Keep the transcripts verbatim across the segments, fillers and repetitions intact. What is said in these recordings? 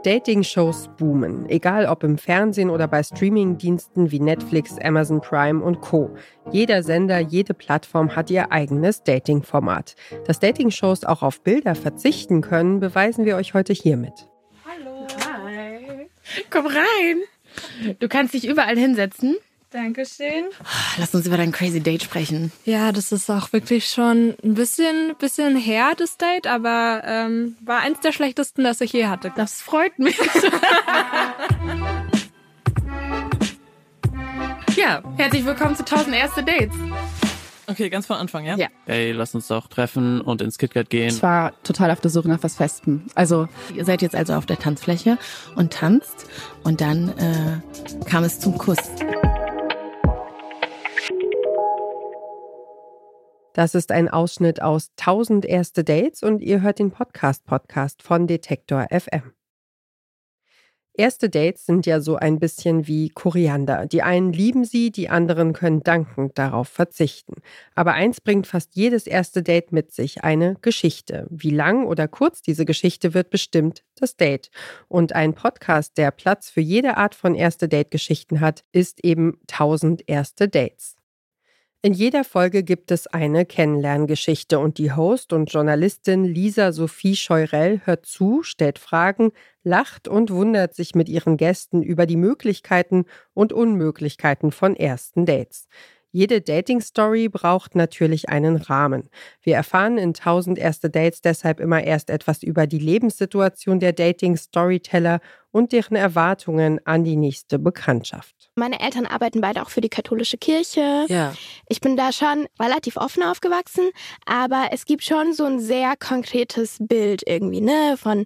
Dating-Shows boomen, egal ob im Fernsehen oder bei Streaming-Diensten wie Netflix, Amazon Prime und Co. Jeder Sender, jede Plattform hat ihr eigenes Dating-Format. Dass Dating-Shows auch auf Bilder verzichten können, beweisen wir euch heute hiermit. Hallo. Hi. Komm rein. Du kannst dich überall hinsetzen. Dankeschön. Lass uns über dein Crazy Date sprechen. Ja, das ist auch wirklich schon ein bisschen, bisschen her, das Date, aber ähm, war eins der schlechtesten, das ich je hatte. Das freut mich. Ja, herzlich willkommen zu tausend erste Dates. Okay, ganz von Anfang, ja? Ja. Ey, lass uns doch treffen und ins KitKat gehen. Ich war total auf der Suche nach was Festem. Also Ihr seid jetzt also auf der Tanzfläche und tanzt und dann äh, kam es zum Kuss. Das ist ein Ausschnitt aus tausend erste Dates und ihr hört den Podcast-Podcast von Detektor F M. Erste Dates sind ja so ein bisschen wie Koriander. Die einen lieben sie, die anderen können dankend darauf verzichten. Aber eins bringt fast jedes erste Date mit sich, eine Geschichte. Wie lang oder kurz diese Geschichte wird, bestimmt das Date. Und ein Podcast, der Platz für jede Art von erste Date-Geschichten hat, ist eben tausend erste Dates. In jeder Folge gibt es eine Kennenlerngeschichte und die Host und Journalistin Lisa Sophie Scheurell hört zu, stellt Fragen, lacht und wundert sich mit ihren Gästen über die Möglichkeiten und Unmöglichkeiten von ersten Dates. Jede Dating-Story braucht natürlich einen Rahmen. Wir erfahren in tausend erste Dates deshalb immer erst etwas über die Lebenssituation der Dating-Storyteller und deren Erwartungen an die nächste Bekanntschaft. Meine Eltern arbeiten beide auch für die katholische Kirche. Ja. Ich bin da schon relativ offen aufgewachsen, aber es gibt schon so ein sehr konkretes Bild irgendwie, ne, von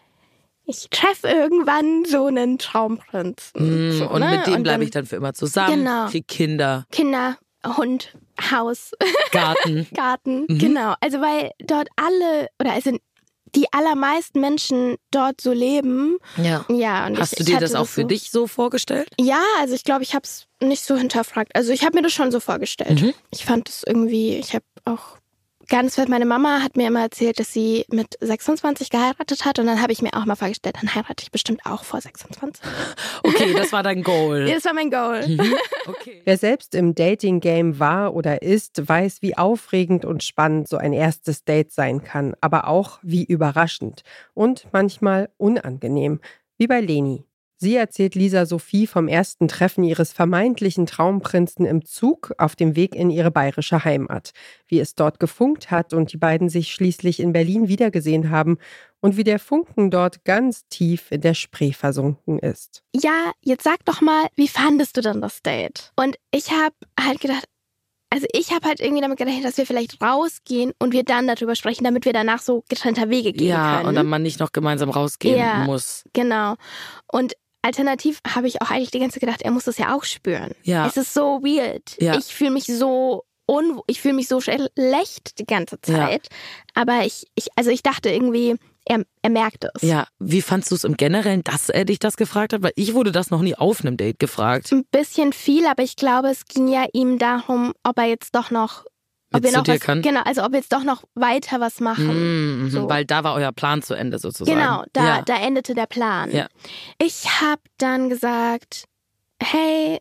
ich treffe irgendwann so einen Traumprinzen. Mm, so, und ne? mit dem Und bleibe dann ich dann für immer zusammen. Genau. Krieg Kinder. Kinder, Hund, Haus, Garten. Garten, Mhm. genau. Also weil dort alle, oder also die allermeisten Menschen dort so leben. Ja. Ja, und Hast ich, du ich dir hatte das auch für so. dich so vorgestellt? Ja, also ich glaube, ich habe es nicht so hinterfragt. Also ich habe mir das schon so vorgestellt. Mhm. Ich fand es irgendwie, ich habe auch ganz wild, meine Mama hat mir immer erzählt, dass sie mit sechsundzwanzig geheiratet hat und dann habe ich mir auch mal vorgestellt, dann heirate ich bestimmt auch vor sechsundzwanzig. Okay, das war dein Goal. Das war mein Goal. Mhm. Okay. Wer selbst im Dating-Game war oder ist, weiß, wie aufregend und spannend so ein erstes Date sein kann, aber auch wie überraschend und manchmal unangenehm, wie bei Leni. Sie erzählt Lisa Sophie vom ersten Treffen ihres vermeintlichen Traumprinzen im Zug auf dem Weg in ihre bayerische Heimat, wie es dort gefunkt hat und die beiden sich schließlich in Berlin wiedergesehen haben und wie der Funken dort ganz tief in der Spree versunken ist. Ja, jetzt sag doch mal, wie fandest du denn das Date? Und ich habe halt gedacht, also ich habe halt irgendwie damit gerechnet, dass wir vielleicht rausgehen und wir dann darüber sprechen, damit wir danach so getrennter Wege gehen Ja, können. und dann man nicht noch gemeinsam rausgehen Ja. muss. Genau. Und alternativ habe ich auch eigentlich die ganze Zeit gedacht, er muss das ja auch spüren. Ja. Es ist so weird. Ja. Ich fühle mich so un ich fühle mich so schlecht die ganze Zeit. Aber ich, ich, also ich dachte irgendwie, er, er merkt es. Ja, wie fandst du es im Generellen, dass er dich das gefragt hat? Weil ich wurde das noch nie auf einem Date gefragt. Ein bisschen viel, aber ich glaube, es ging ja ihm darum, ob er jetzt doch noch, ob Mit wir zu noch dir was, kann? genau, also ob wir jetzt doch noch weiter was machen. Mhm, So. Weil da war euer Plan zu Ende sozusagen. Genau, da, ja. da endete der Plan. Ja. Ich habe dann gesagt, hey,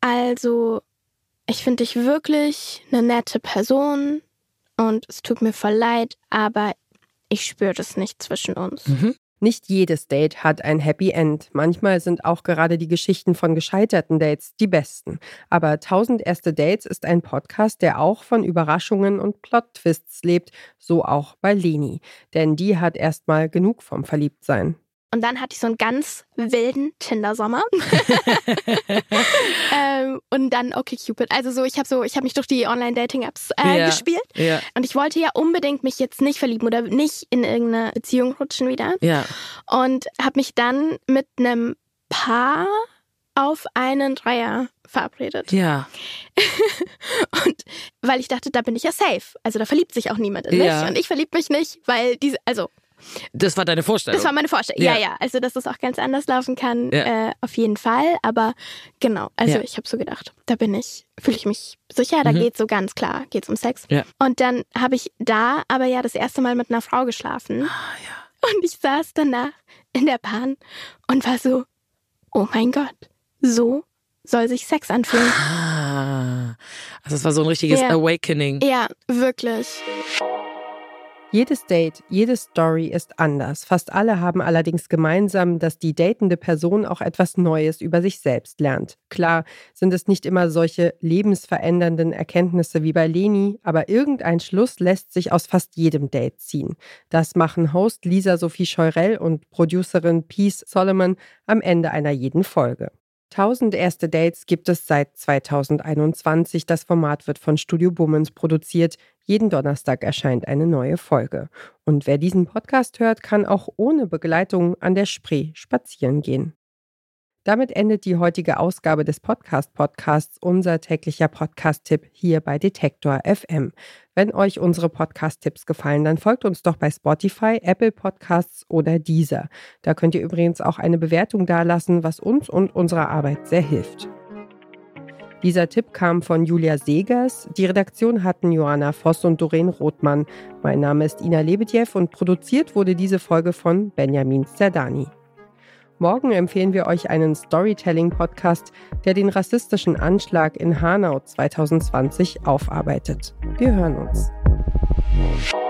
also ich finde dich wirklich eine nette Person und es tut mir voll leid, aber ich spüre das nicht zwischen uns. Mhm. Nicht jedes Date hat ein Happy End. Manchmal sind auch gerade die Geschichten von gescheiterten Dates die besten. Aber tausend erste Dates ist ein Podcast, der auch von Überraschungen und Plot-Twists lebt, so auch bei Leni. Denn die hat erstmal genug vom Verliebtsein. Und dann hatte ich so einen ganz wilden Tinder-Sommer. ähm, und dann OkCupid. Also so, ich habe so, ich habe mich durch die Online-Dating-Apps äh, Ja. gespielt. Ja. Und ich wollte ja unbedingt mich jetzt nicht verlieben oder nicht in irgendeine Beziehung rutschen wieder. Ja. Und habe mich dann mit einem Paar auf einen Dreier verabredet. Ja. Und weil ich dachte, da bin ich ja safe. Also da verliebt sich auch niemand in mich. Ja. Und ich verlieb mich nicht, weil diese, also Das war deine Vorstellung? das war meine Vorstellung. Ja. Ja, ja. Also, dass das auch ganz anders laufen kann, Ja. äh, auf jeden Fall. Aber genau, also Ja. ich habe so gedacht, da bin ich, fühle ich mich sicher, da Mhm. geht's so ganz klar, geht's um Sex. Ja. Und dann habe ich da aber ja das erste Mal mit einer Frau geschlafen. Ah, ja. Und ich saß danach in der Bahn und war so, oh mein Gott, so soll sich Sex anfühlen. Ah, also es war so ein richtiges Ja. Awakening. Ja, wirklich. Jedes Date, jede Story ist anders. Fast alle haben allerdings gemeinsam, dass die datende Person auch etwas Neues über sich selbst lernt. Klar sind es nicht immer solche lebensverändernden Erkenntnisse wie bei Leni, aber irgendein Schluss lässt sich aus fast jedem Date ziehen. Das machen Host Lisa Sophie Scheurell und Producerin Peace Solomon am Ende einer jeden Folge. tausend erste Dates gibt es seit zweitausendeinundzwanzig. Das Format wird von Studio Bummens produziert. Jeden Donnerstag erscheint eine neue Folge. Und wer diesen Podcast hört, kann auch ohne Begleitung an der Spree spazieren gehen. Damit endet die heutige Ausgabe des Podcast-Podcasts, unser täglicher Podcast-Tipp hier bei Detektor F M. Wenn euch unsere Podcast-Tipps gefallen, dann folgt uns doch bei Spotify, Apple Podcasts oder Deezer. Da könnt ihr übrigens auch eine Bewertung dalassen, was uns und unserer Arbeit sehr hilft. Dieser Tipp kam von Julia Segers. Die Redaktion hatten Joanna Voss und Doreen Rothmann. Mein Name ist Ina Lebedjew und produziert wurde diese Folge von Benjamin Zerdani. Morgen empfehlen wir euch einen Storytelling-Podcast, der den rassistischen Anschlag in Hanau zwanzig zwanzig aufarbeitet. Wir hören uns.